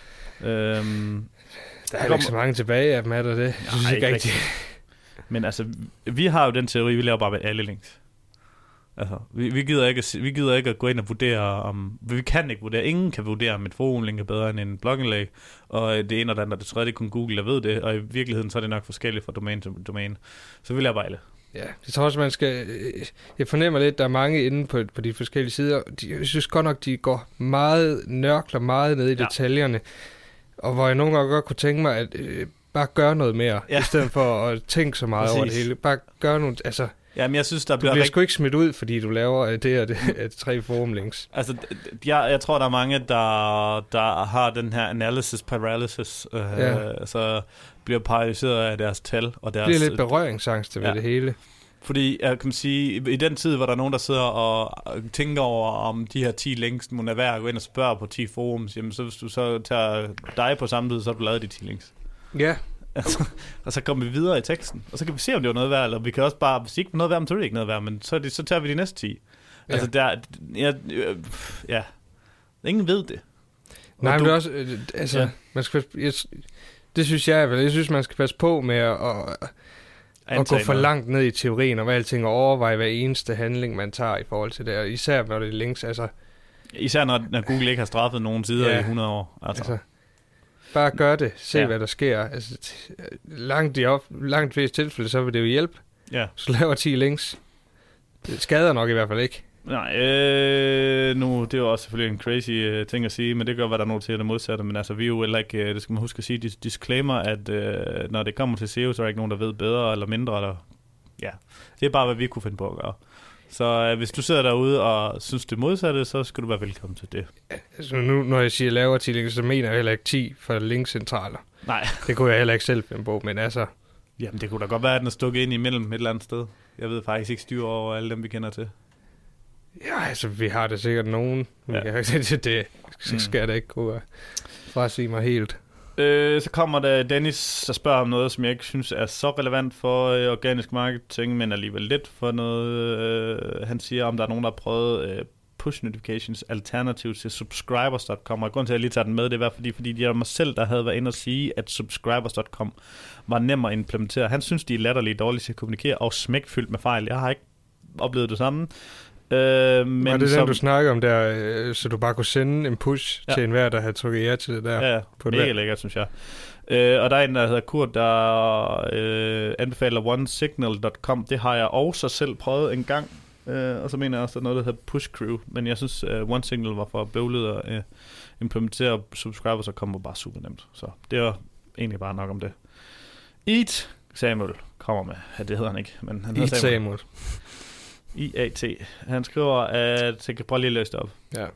Um, der er jo ikke så mange tilbage af dem, er der det? Jeg synes ikke rigtigt. Men altså, vi har jo den teori, vi laver bare med alle links. Altså, vi, vi, gider ikke, vi gider ikke at gå ind og vurdere om... Vi kan ikke vurdere. Ingen kan vurdere, om et forumlink er bedre end en blogindlæg. Og det ene og det andet, det tredje, det kun Google, der ved det. Og i virkeligheden, så er det nok forskelligt fra domæne til domæne. Så vi laver bare alle. Ja, jeg tror også, man skal... Jeg fornemmer lidt, der er mange inde på, på de forskellige sider. De, jeg synes godt nok, de går meget nørkler, meget ned i ja. detaljerne. Og hvor jeg nogle gange godt kunne tænke mig, at øh, bare gøre noget mere, ja. i stedet for at tænke så meget Præcis. over det hele. Bare gøre nogle... Altså, jamen, jeg synes, der du bliver, bliver rigt... sgu ikke smidt ud, fordi du laver det og det, det tre forumlinks. Altså, jeg, jeg tror, der er mange, der, der har den her analysis paralysis, øh, ja. så bliver paralyseret af deres tal. Og deres, det bliver lidt berøringsangst ved ja. det hele. Fordi, jeg kan sige, i den tid, hvor der er nogen, der sidder og tænker over, om de her ti links, må er værd at gå ind og spørge på ti forums, jamen så hvis du så tager dig på samme tid, så har du lavet de ti links. Ja. Altså, og så kommer vi videre i teksten, og så kan vi se, om det var noget værd, eller vi kan også bare, hvis ikke noget værd, så er det ikke noget værd, men så, det, så tager vi de næste ti. Ja. Altså, der, ja, ja, ingen ved det. Og Nej, du, men det er også, øh, altså, ja. man skal, jeg, det synes jeg vel, jeg synes, man skal passe på med at, at, at gå for noget. langt ned i teorien, og hvad alting, og overveje hver eneste handling, man tager i forhold til det, og især når det er links, altså. Især når, når Google ikke har straffet nogen sider ja. i hundrede år. Altså. altså bare gør det, se ja. hvad der sker. Altså, t- langt i op, langt flest tilfælde, så vil det jo hjælpe. Ja. Så laver ti links. Det skader nok i hvert fald ikke. Nej, øh, nu, det er jo også selvfølgelig en crazy uh, ting at sige, men det gør, hvad der er noget til det modsatte. Men altså, vi er jo heller ikke, uh, det skal man huske at sige, dis- disclaimer, at uh, når det kommer til S E O, så er der ikke nogen, der ved bedre eller mindre. Eller, ja, det er bare, hvad vi kunne finde på at gøre. Så uh, hvis du sidder derude og synes det modsatte, så skal du være velkommen til det. Altså nu, når jeg siger laver ti links, så mener jeg heller ikke ti for linkcentraler. Nej. Det kunne jeg heller ikke selv finde på, men altså. Jamen, det kunne da godt være, at den er stukket ind imellem et eller andet sted. Jeg ved faktisk ikke styr over alle dem, vi kender til. Ja, altså, vi har det sikkert nogen. Ja. Det, det skal jeg da ikke kunne frasige mig helt. Øh, så kommer der Dennis, der spørger om noget, som jeg ikke synes er så relevant for øh, organisk marketing, men alligevel lidt for noget. Øh, han siger, om der er nogen, der har prøvet øh, push notifications alternativ til subscribers punktum com. Og grunden til, at jeg lige tager den med, det er fordi, fordi de er mig selv, der havde været inde og sige, at subscribers punktum com var nem at implementere. Han synes, de er latterligt dårlige til at kommunikere og smækfyldt med fejl. Jeg har ikke oplevet det samme. Øh, men var det som, den, du snakker om der, øh, så du bare kunne sende en push ja. til enhver, der havde trykket ja til det der? Ja, på mega lækkert, synes jeg. Øh, og der er en, der hedder Kurt, der øh, anbefaler one signal punktum com. Det har jeg også selv prøvet en gang. Øh, og så mener jeg også, at der er noget, der hedder Push Crew. Men jeg synes, uh, OneSignal var for bøvlet at uh, implementere subscribers, og kommer bare super nemt. Så det var egentlig bare nok om det. Eat Samuel kommer med. Ja, det hedder han ikke, men han hedder Samuel. Samuel. I A T. Han skriver, at jeg kan prøve lige at læse det op. Ja.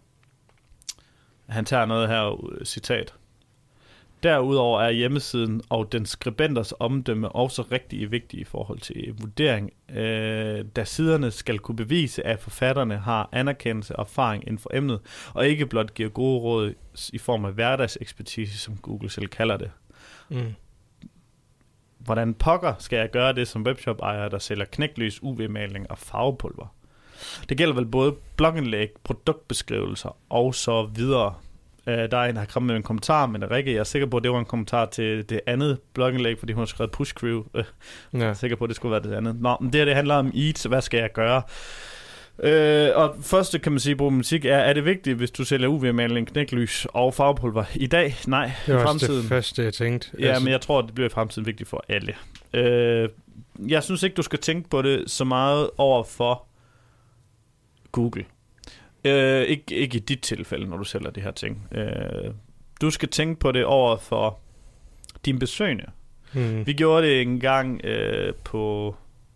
Han tager noget her, citat. Derudover er hjemmesiden og den skribenters omdømme også rigtig vigtige i forhold til vurdering, øh, da siderne skal kunne bevise, at forfatterne har anerkendelse og erfaring inden for emnet, og ikke blot giver gode råd i form af hverdagsekspertise, som Google selv kalder det. Mm. Hvordan pokker skal jeg gøre det som webshop-ejer, der sælger knækløs U V-maling og farvepulver? Det gælder vel både blogindlæg, produktbeskrivelser og så videre. Uh, der er en, der har kommet med en kommentar, men Rikke, jeg er sikker på, at det var en kommentar til det andet blogindlæg, fordi hun har skrevet Push Crew. Uh, ja. Jeg er sikker på, at det skulle være det andet. Nå, men det her, det handler om Eat, så hvad skal jeg gøre? Uh, og første, kan man sige, problematik er, er det vigtigt, hvis du sælger U V-maling, knæklys og farvepulver? I dag? Nej. Det var i fremtiden. Det første, jeg tænkte. Ja, altså. Men jeg tror, det bliver i fremtiden vigtigt for alle. Uh, jeg synes ikke, du skal tænke på det så meget over for Google. Øh, ikke, ikke i dit tilfælde, når du sælger de her ting. Øh, du skal tænke på det over for dine besøgende. Hmm. Vi gjorde det en gang øh, på...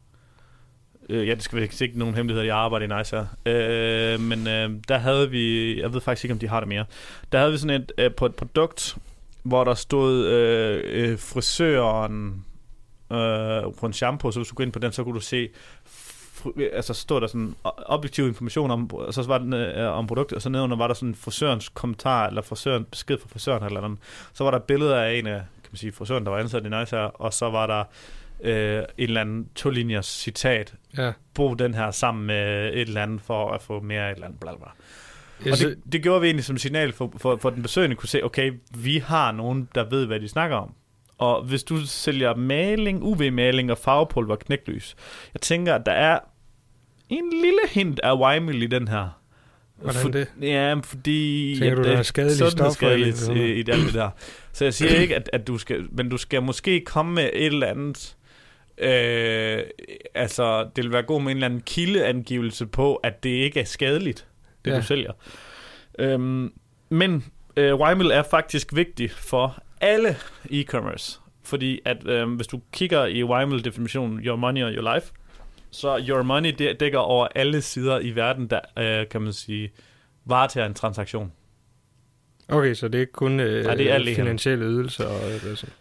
Øh, ja, det skal ikke ikke nogen hemmeligheder, jeg arbejder i Nice øh, men øh, der havde vi... Jeg ved faktisk ikke, om de har det mere. Der havde vi sådan et, øh, på et produkt, hvor der stod øh, øh, frisøren øh, på en shampoo, så hvis du går ind på den, så kunne du se... altså stod der sådan objektiv information om, og så var den øh, om produktet, og så nedenunder var der sådan frisørens kommentar, eller frisøren, besked fra frisøren, eller andet. Så var der billeder af en af, kan man sige, frisøren, der var ansat i Nice her, og så var der øh, en eller anden to-linjers citat. Ja. Brug den her sammen med et eller andet, for at få mere et eller andet, blablabla. Og det, det gjorde vi egentlig som signal for, for, for den besøgende kunne se, okay, vi har nogen, der ved, hvad de snakker om. Og hvis du sælger maling, U V-maling og farvepulver, knæklys, jeg tænker, at der er en lille hint af Weimel i den her. Hvordan for, det? Ja, fordi... Tænker du, der er skadelige stoffer i, i, i det, det der. Så jeg siger ikke, at, at du skal... Men du skal måske komme med et eller andet... Øh, altså, det vil være god med en eller anden kildeangivelse på, at det ikke er skadeligt, det ja. du sælger. Øhm, men øh, Weimel er faktisk vigtig for alle e-commerce. Fordi at øh, hvis du kigger i Weimel-definitionen, your money or your life, så your money dækker over alle sider i verden, der øh, kan man sige, varetager en transaktion. Okay, så det er ikke kun øh, Nej, det er finansielle ydelser og det sådan.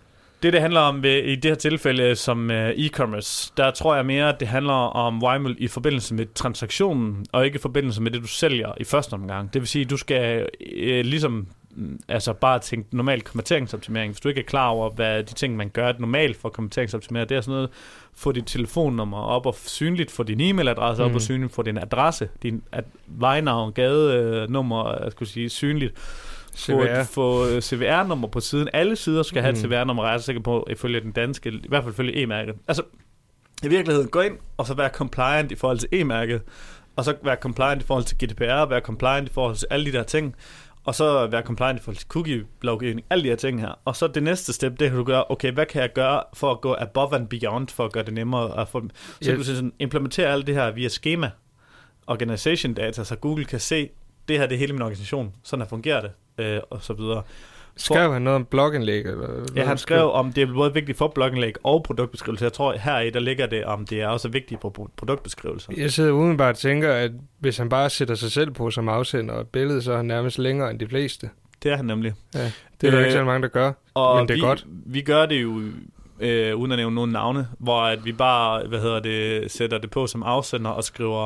Det, det handler om ved, i det her tilfælde som uh, e-commerce, der tror jeg mere, at det handler om Y M L i forbindelse med transaktionen, og ikke i forbindelse med det, du sælger i første omgang. Det vil sige, at du skal uh, ligesom altså bare tænke normal konverteringsoptimering. Hvis du ikke er klar over, hvad de ting, man gør normalt for konverteringsoptimering, det er sådan noget, få dit telefonnummer op og synligt, få din e-mailadresse mm. op og synligt, få din adresse, din ad- vejnavn, gadenummer, jeg skulle sige, synligt. Få, få C V R-nummer på siden. Alle sider skal have et mm. C V R-nummer, jeg er sikker på, ifølge den danske, i hvert fald ifølge e-mærket. Altså, i virkeligheden, gå ind og så være compliant i forhold til e-mærket, og så være compliant i forhold til G D P R, være compliant i forhold til alle de der ting, og så være compliant i forhold til cookie-lovgivning, alle de her ting her. Og så det næste step, det kan du gøre, okay, hvad kan jeg gøre for at gå above and beyond, for at gøre det nemmere, at få, så kan du sådan, implementere alt det her via schema, organization data, så Google kan se, det her det er hele min organisation, sådan her fungerer det, øh, og så videre. Skrev han noget om blogindlæg? Eller ja, han skrev om, det er både vigtigt for blogindlæg og produktbeskrivelse. Jeg tror, her i der ligger det, om det er også vigtigt på produktbeskrivelser. Jeg sidder udenbart og tænker, at hvis han bare sætter sig selv på som afsender og billede, så er han nærmest længere end de fleste. Det er han nemlig. Ja, det er der øh, ikke så mange, der gør, og men det er vi, godt. Vi gør det jo, øh, uden at nævne nogen navne, hvor at vi bare, hvad hedder det, sætter det på som afsender og skriver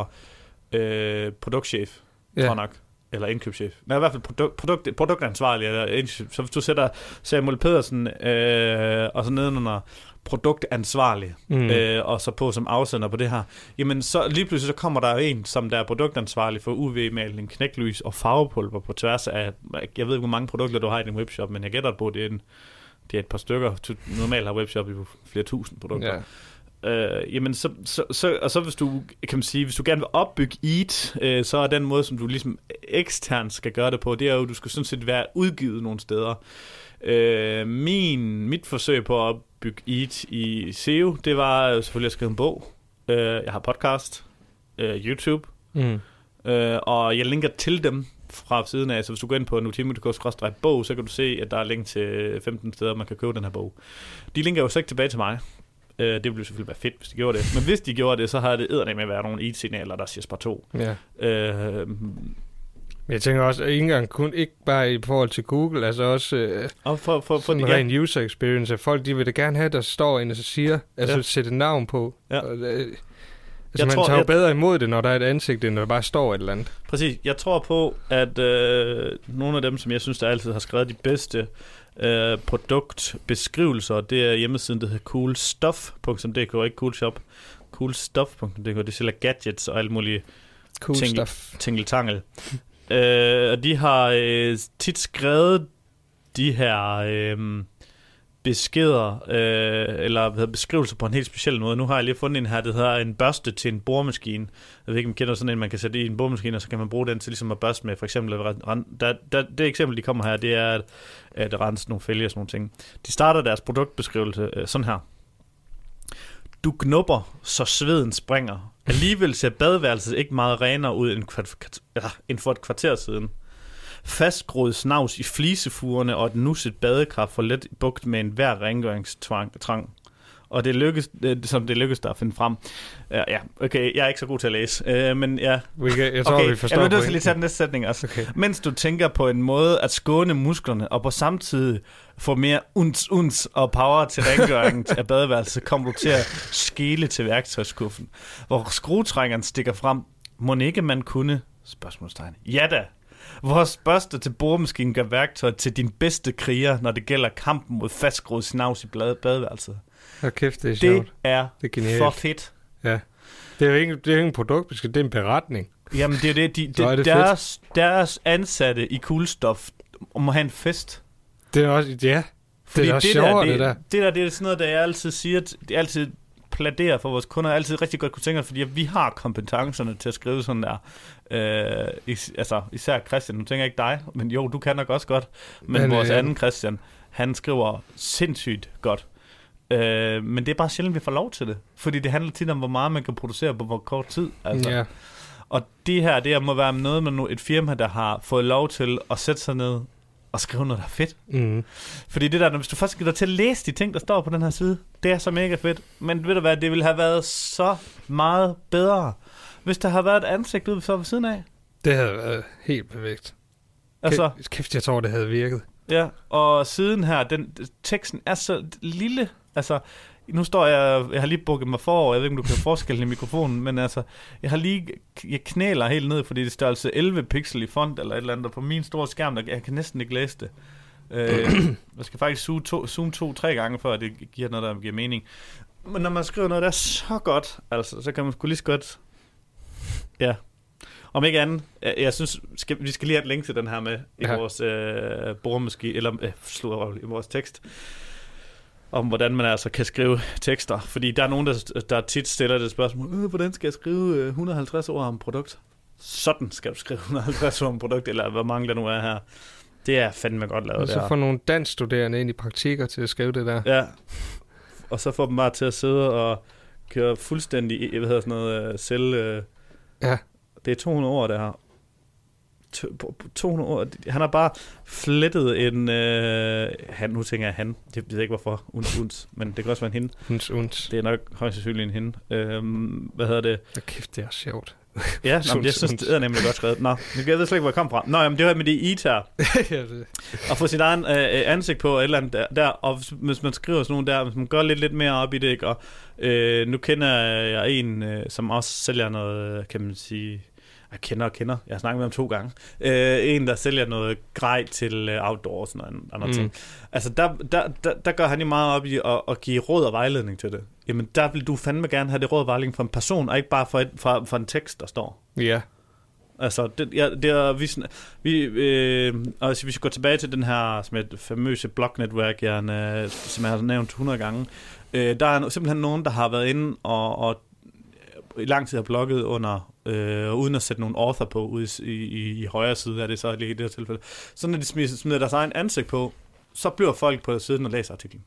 øh, produktchef, ja. Tror nok. Eller indkøbschef. Nej, i hvert fald produkt, produkt, produktansvarlig. Eller, så hvis du sætter Samuel Pedersen øh, og så nedenunder produktansvarlig, mm. øh, og så på som afsender på det her, jamen så lige pludselig så kommer der en, som der er produktansvarlig for U V-maling, knæklys og farvepulver på tværs af, jeg ved ikke, hvor mange produkter du har i din webshop, men jeg gætter på, det er, en, det er et par stykker. Normalt har webshop i flere tusind produkter. Ja. Øh, jamen så, så, så, og så hvis du kan man sige, hvis du gerne vil opbygge Eat, øh, så er den måde, som du ligesom eksternt skal gøre det på, det er jo, du skal sådan set være udgivet nogle steder. Øh, min, mit forsøg på at opbygge Eat i S E O, det var selvfølgelig at skrive en bog. Øh, jeg har podcast, øh, YouTube, mm. øh, og jeg linker til dem fra siden af, så hvis du går ind på nutimo punktum d k skråstreg bog, så kan du se, at der er link til femten steder, man kan købe den her bog. De linker jo så ikke tilbage til mig. Det ville selvfølgelig være fedt, hvis de gjorde det. Men hvis de gjorde det, så havde det eddermame med at være nogle E A T-signaler, der siger spar to. Ja. Øh, Men jeg tænker også, at ikke engang kun ikke bare i forhold til Google, altså også øh, og for, for, for sådan en ren user experience, at folk de vil da gerne have, der står ind og så siger, altså ja. Sætte navn på. Ja. Og, øh, altså jeg man tror, tager jo jeg... bedre imod det, når der er et ansigt, end når der bare står et eller andet. Præcis. Jeg tror på, at øh, nogle af dem, som jeg synes, der altid har skrevet de bedste Uh, produktbeskrivelser, det er hjemmesiden, der hedder coolstuff punktum d k, ikke coolshop, coolstuff punktum d k, det sælger gadgets og alt muligt cool ting, tingeltangel. uh, og de har uh, tit skrevet de her uh, beskeder, uh, eller hvad, beskrivelser på en helt speciel måde. Nu har jeg lige fundet en her, det hedder en børste til en boremaskine. Jeg ved ikke, om I kender sådan en, man kan sætte i en boremaskine, og så kan man bruge den til ligesom at børste med. For eksempel, der, der, det eksempel, de kommer her, det er at, at rense nogle fælge og sådan nogle ting. De starter deres produktbeskrivelse uh, sådan her. Du knupper, så sveden springer. Alligevel ser badeværelset ikke meget renere ud end, kvart, end for et kvarter siden. Fastgroet snavs i flisefurerne og et nusset badekar for let bugt med en hver rengøringstrang. Og det lykkes, det, som det lykkes der at finde frem. Ja, ja, okay, jeg er ikke så god til at læse, uh, men ja. Kan, jeg tror, okay, vi forstår. Jeg vil lige tage den næste sætning også. Okay. Mens du tænker på en måde at skåne musklerne, og på samtidig få mere uns, uns og power til rengøringen af badeværelset, kommer du til at skele til værktøjskuffen, hvor skruetrængeren stikker frem. Må ikke man kunne? Spørgsmålstegn. Ja da. Vores børste til boremaskinen gør værktøj til din bedste kriger, når det gælder kampen mod fastgroet snavs i badeværelset. Hold kæft, det er sjovt. Det er, det er for fedt. Ja. Det er jo ikke, det er jo ikke en produktbeskrivelser, det er en beretning. Jamen, det er det. De, de, er det deres, deres ansatte i Coolstuff må have en fest. Det er også, ja. Fordi det er også det sjovere, der, det, det der. Det der, det er sådan noget, der jeg altid siger, det er altid pladerer for vores kunder, jeg altid rigtig godt kunne tænke, fordi vi har kompetencerne til at skrive sådan der. Øh, is, altså, især Christian, nu tænker jeg ikke dig, men jo, du kan nok også godt. Men, men vores øh, anden Christian, han skriver sindssygt godt. Øh, men det er bare sjældent, vi får lov til det. Fordi det handler tit om, hvor meget man kan producere på hvor kort tid. Altså. Yeah. Og det her, det her må være noget med et firma, der har fået lov til at sætte sig ned og skrive noget, der er fedt. Mm. Fordi det der, hvis du først giver dig til at læse de ting, der står på den her side, det er så mega fedt. Men ved du hvad, det ville have været så meget bedre, hvis der havde været et ansigt ude så ved siden af. Det havde været helt perfekt. Altså, kæft, jeg tror, det havde virket. Ja, og siden her, den teksten er så lille, altså, nu står jeg, jeg har lige bukket mig forover, jeg ved ikke, om du kan forskelle i mikrofonen, men altså, jeg har lige, jeg knæler helt ned, fordi det står altså elleve pixel i font, eller et eller andet, og på min store skærm, der, jeg kan næsten ikke læse det. Øh, jeg skal faktisk zoome to, zoome to, tre gange, før det giver noget, der giver mening. Men når man skriver noget, der er så godt, altså, så kan man sgu lige så godt, ja. Om ikke andet, jeg, jeg synes, skal, vi skal lige have et link til den her med i ja. vores øh, boremaskine, eller øh, slå, i vores tekst, om hvordan man altså kan skrive tekster. Fordi der er nogen, der, der tit stiller det spørgsmål, øh, hvordan skal jeg skrive et hundrede og halvtreds ord om produkt? Sådan skal du skrive et hundrede og halvtreds ord om produkt, eller hvor mange der nu er her. Det er fandme godt lavet. Og så får nogle danskstuderende ind i praktikker til at skrive det der. Ja, og så får dem bare til at sidde og køre fuldstændig, hvad hedder sådan noget, selv... Øh, ja. Det er to hundrede ord, der har. to hundrede ord. Han har bare flettet en... Øh, han, nu tænker jeg han. Det ved jeg ikke, hvorfor. Uns, uns. Men det kan også være en hende. Uns, uns. Det er nok højst sandsynligt en hende. Øh, hvad hedder det? Ja, kæft, det er sjovt. Ja, nå, jeg synes, det er nemlig godt skrevet. Nå, jeg ved slet ikke, hvor jeg kom fra. Nå, jamen, det var med det i her. Og få sit egen øh, ansigt på et eller andet der, der. Og hvis man skriver sådan nogle der, hvis man går lidt, lidt mere op i det, ikke? Og øh, nu kender jeg en, øh, som også sælger noget, kan man sige... Jeg kender og kender. Jeg har snakket med ham to gange. Øh, en, der sælger noget grej til uh, outdoor og sådan noget andre mm. ting. Altså, der, der, der, der gør han jo meget op i at, at give råd og vejledning til det. Jamen, der vil du fandme gerne have det råd og vejledning fra en person, og ikke bare fra, et, fra, fra en tekst, der står. Ja. Yeah. Altså, det, ja, det er, vi, vi, øh, og hvis vi skal gå tilbage til den her som et famøse blognetværk, jeg, øh, som jeg har nævnt hundrede gange, øh, der er simpelthen nogen, der har været inde og, og i lang tid har blogget under, øh, uden at sætte nogle author på ude i, i, i højre side, er det så lige i det her tilfælde. Så når de smider, smider deres egen ansigt på, så bliver folk på siden og læser artiklen.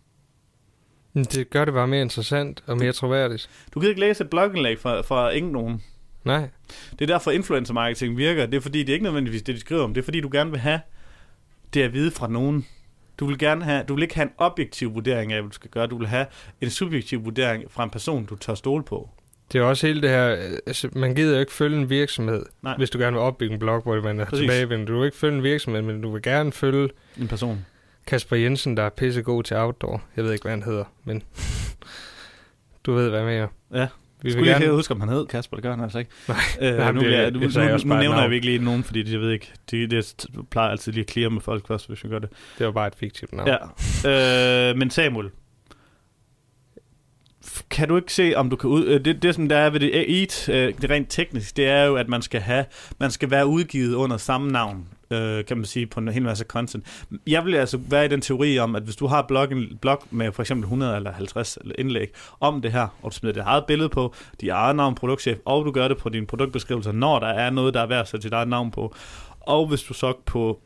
Det gør det bare mere interessant og mere troværdigt. Du kan ikke læse et blogindlæg fra, fra ingen nogen. Nej. Det er derfor influencer marketing virker. Det er fordi, det er ikke nødvendigvis det, de skriver om. Det er fordi, du gerne vil have det at vide fra nogen. Du vil gerne have, du vil ikke have en objektiv vurdering af, hvad du skal gøre. Du vil have en subjektiv vurdering fra en person, du tør stole på. Det er også hele det her, altså man gider jo ikke følge en virksomhed, Nej. Hvis du gerne vil opbygge en blog, hvor man er tilbagevendt. Du vil ikke følge en virksomhed, men du vil gerne følge en person. Kasper Jensen, der er pissegod til outdoor. Jeg ved ikke, hvad han hedder, men du ved, hvad jeg mener. Ja. Vi skulle gerne... ikke huske, om han hed Kasper, det gør han altså ikke. Nej, øh, nej nu, det, jeg, det, nu, det, nu, jeg nu nævner jeg virkelig ikke nogen, fordi jeg ved ikke, det, det plejer altid lige at clear med folk først, hvis vi gør det. Det var bare et fiktivt navn. Ja. Øh, men Samuel, kan du ikke se, om du kan ud... Det, det som der er ved det eat, det rent teknisk, det er jo, at man skal have, man skal være udgivet under samme navn, øh, kan man sige, på en hel masse content. Jeg vil altså være i den teori om, at hvis du har blog, en blog med for eksempel hundrede eller halvtreds indlæg om det her, og du smider det eget billede på, dit eget navn, produktchef, og du gør det på dine produktbeskrivelser, når der er noget, der er værd at sætte dit eget navn på, og hvis du så på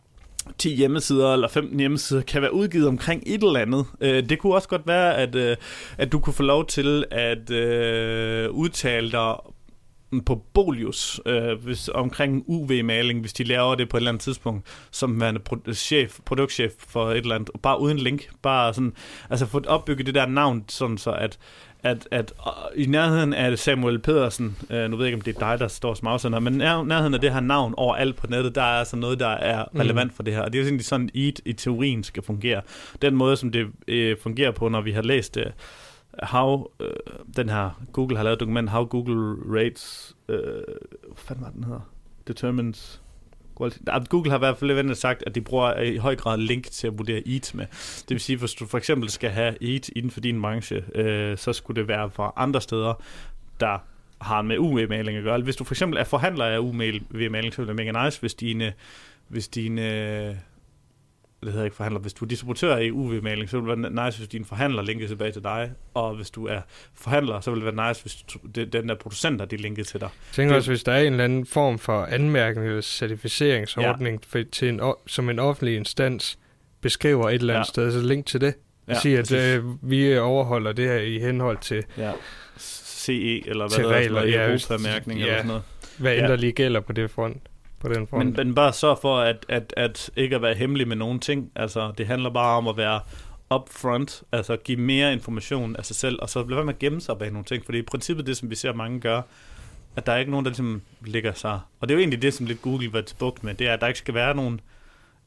ti hjemmesider eller femten hjemmesider kan være udgivet omkring et eller andet. Øh, det kunne også godt være, at, øh, at du kunne få lov til at øh, udtale dig på Bolius øh, hvis, omkring U V-maling, hvis de laver det på et eller andet tidspunkt, som man er chef, produktchef for et eller andet, bare uden link. Bare sådan, altså få opbygget det der navn, sådan så at At, at uh, i nærheden af Samuel Pedersen, uh, nu ved jeg ikke, om det er dig, der står som afsender, men nær, nærheden af det her navn overalt på nettet, der er altså noget, der er relevant mm. for det her. Og det er jo egentlig sådan, at i teorien skal fungere. Den måde, som det uh, fungerer på, når vi har læst uh, how, uh, den her, Google har lavet et dokument, How Google Rates, uh, hvad fanden var den hedder? Determines... Google har i hvert fald sagt, at de bruger i høj grad link til at vurdere E A T med. Det vil sige, hvis du for eksempel skal have E A T inden for din branche, øh, så skulle det være fra andre steder, der har med U V-maling at gøre. Hvis du for eksempel er forhandler af U V-maling, så er det mega nice, hvis dine, hvis dine det hedder ikke forhandler, hvis du er distributør i U V-maling, så vil det være nice, hvis din forhandler linker tilbage til dig, og hvis du er forhandler, så vil det være nice, hvis du, det, den der producenter, de linker til dig. Jeg tænker det, også, hvis der er en eller anden form for anmærkning eller certificeringsordning ja. til en, som en offentlig instans beskriver et eller andet ja. sted, så link til det. Og ja, sige, at øh, vi overholder det her i henhold til ja. C E, eller hvad til der regler, er, ja, Europa-mærkning ja. eller sådan noget. Hvad ja. end der lige gælder på det front. På den front. Men, men bare sørg for, at, at, at ikke at være hemmelig med nogen ting. Altså, det handler bare om at være upfront, altså give mere information af sig selv, og så lade være med at gemme sig bag nogle ting, fordi i princippet det, som vi ser mange gør, at der er ikke nogen, der ligesom ligger sig. Og det er jo egentlig det, som lidt Google var til bugt med, det er, at der ikke skal være nogen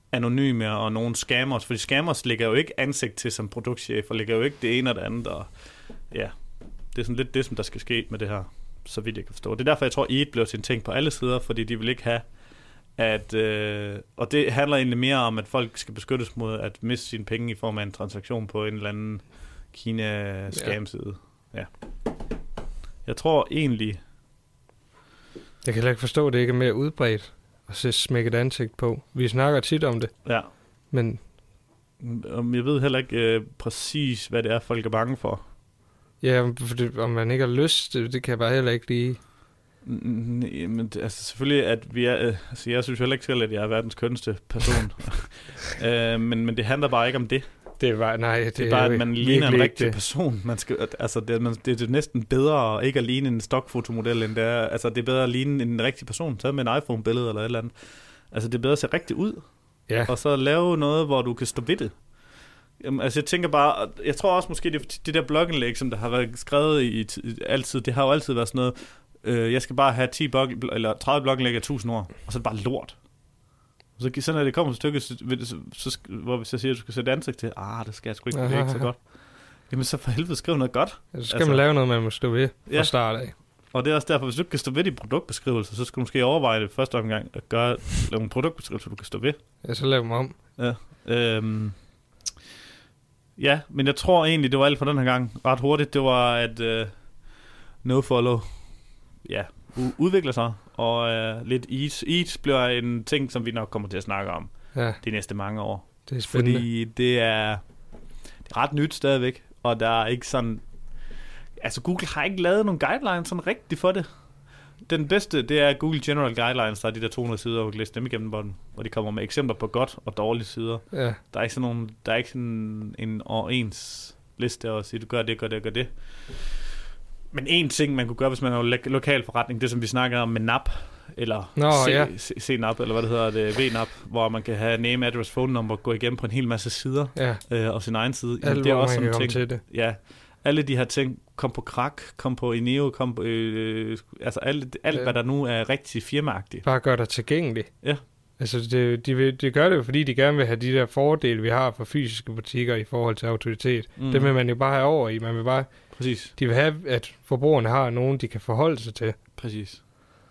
anonyme og nogle scammers, fordi scammers lægger jo ikke ansigt til som produktchef, og lægger jo ikke det ene og det andet, og ja, det er sådan lidt det, som der skal ske med det her, så vidt jeg kan forstå. Det er derfor, jeg tror, E A bliver til en ting på alle sider, fordi de vil ikke have, at, øh, og det handler egentlig mere om, at folk skal beskyttes mod at miste sine penge i form af en transaktion på en eller anden Kina-scam-side. Ja. Jeg tror egentlig... Jeg kan heller ikke forstå, at det ikke er mere udbredt at se smækket ansigt på. Vi snakker tit om det. Ja. Men... Jeg ved heller ikke øh, præcis, hvad det er, folk er bange for. Ja, for det, om man ikke har lyst, det, det kan jeg bare heller ikke lige... Nej, men det, altså selvfølgelig, at vi er... Øh, altså jeg synes heller ikke selv, at jeg er verdens kønneste person. øh, men, men det handler bare ikke om det. Det er bare, nej, det, det er bare, at man ligner en rigtig det. person. Man skal, altså, det, man, det er næsten bedre ikke at ligne en stokfotomodel, end det er... Altså, det er bedre at ligne en rigtig person. Taget med en iPhone-billede eller et eller andet. Altså, det er bedre at se rigtigt ud. Ja. Og så lave noget, hvor du kan stå ved det. Jamen, altså, jeg tænker bare... Jeg tror også måske, det, det der blogindlæg, som der har været skrevet i, i altid, det har jo altid været sådan noget... Øh, jeg skal bare have ti blog, eller tredive blogindlæg af tusind ord, og så er det bare lort. Så sådan, når det kommer et stykke, så, så, så, hvor hvis jeg siger, at du skal sætte ansigt til, ah, det skal jeg sgu ikke, det er ikke så godt. Jamen så for helvede, skriv noget godt. Ja, så skal altså, man lave noget, man må stå ved fra ja. start af. Og det er også derfor, hvis du ikke kan stå ved de produktbeskrivelser, så skal du måske overveje det første omgang, at gøre, lave en produktbeskrivelse, du kan stå ved. Ja, så lav dem om. Ja, øhm, ja, men jeg tror egentlig, det var alt for den her gang. Ret hurtigt, det var, at uh, nofollow, ja, u- udvikler sig. Og uh, lidt eats. Eats bliver en ting, som vi nok kommer til at snakke om ja. de næste mange år. Det er spændende. Fordi det er, det er ret nyt stadigvæk, og der er ikke sådan... Altså Google har ikke lavet nogle guidelines sådan rigtigt for det. Den bedste, det er Google General Guidelines, der er de der to hundrede sider, hvor du kan læse dem igennem, hvor, hvor de kommer med eksempler på godt og dårlige sider. Ja. Der er ikke sådan, nogle, der er ikke sådan en ens liste at sige, du gør det, gør det, gør det. Men en ting, man kunne gøre, hvis man har en lo- lokal forretning, det som vi snakker om med N A P, eller Nå, C- ja. C- C-N A P, eller hvad det hedder, det V N A P, hvor man kan have name, address, phone number, gå igennem på en hel masse sider, ja. øh, og sin egen side. Alt, det er hvor også man sådan kan ting. komme til det. Ja, alle de her ting, kom på Krak, kom på Eneo, kom på, øh, altså alt, alt ja. hvad der nu er rigtig firmaagtigt. Bare gør dig tilgængelig. Ja. Altså, det, de, vil, de gør det jo, fordi de gerne vil have de der fordele, vi har for fysiske butikker i forhold til autoritet. Mm. Det vil man jo bare have over i. Man vil bare... Præcis. De vil have, at forbrugerne har nogen, de kan forholde sig til. Præcis.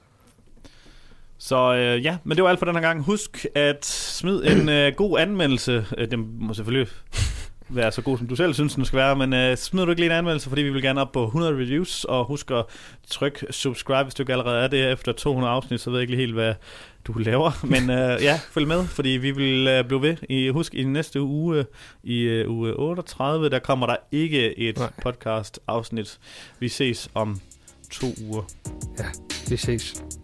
Så øh, ja, men det var alt for den her gang. Husk at smid en øh, god anmeldelse. Øh, det må selvfølgelig være så god, som du selv synes, den skal være, men øh, smid du ikke lige en anmeldelse, fordi vi vil gerne op på hundrede reviews, og husk at trykke subscribe, hvis du ikke allerede er det efter to hundrede afsnit, så ved jeg ikke lige helt, hvad du laver. Men øh, ja, følg med, fordi vi vil øh, blive ved. I, husk, i næste uge, i øh, uge otteogtredive, der kommer der ikke et Nej. podcast-afsnit. Vi ses om to uger. Ja, vi ses.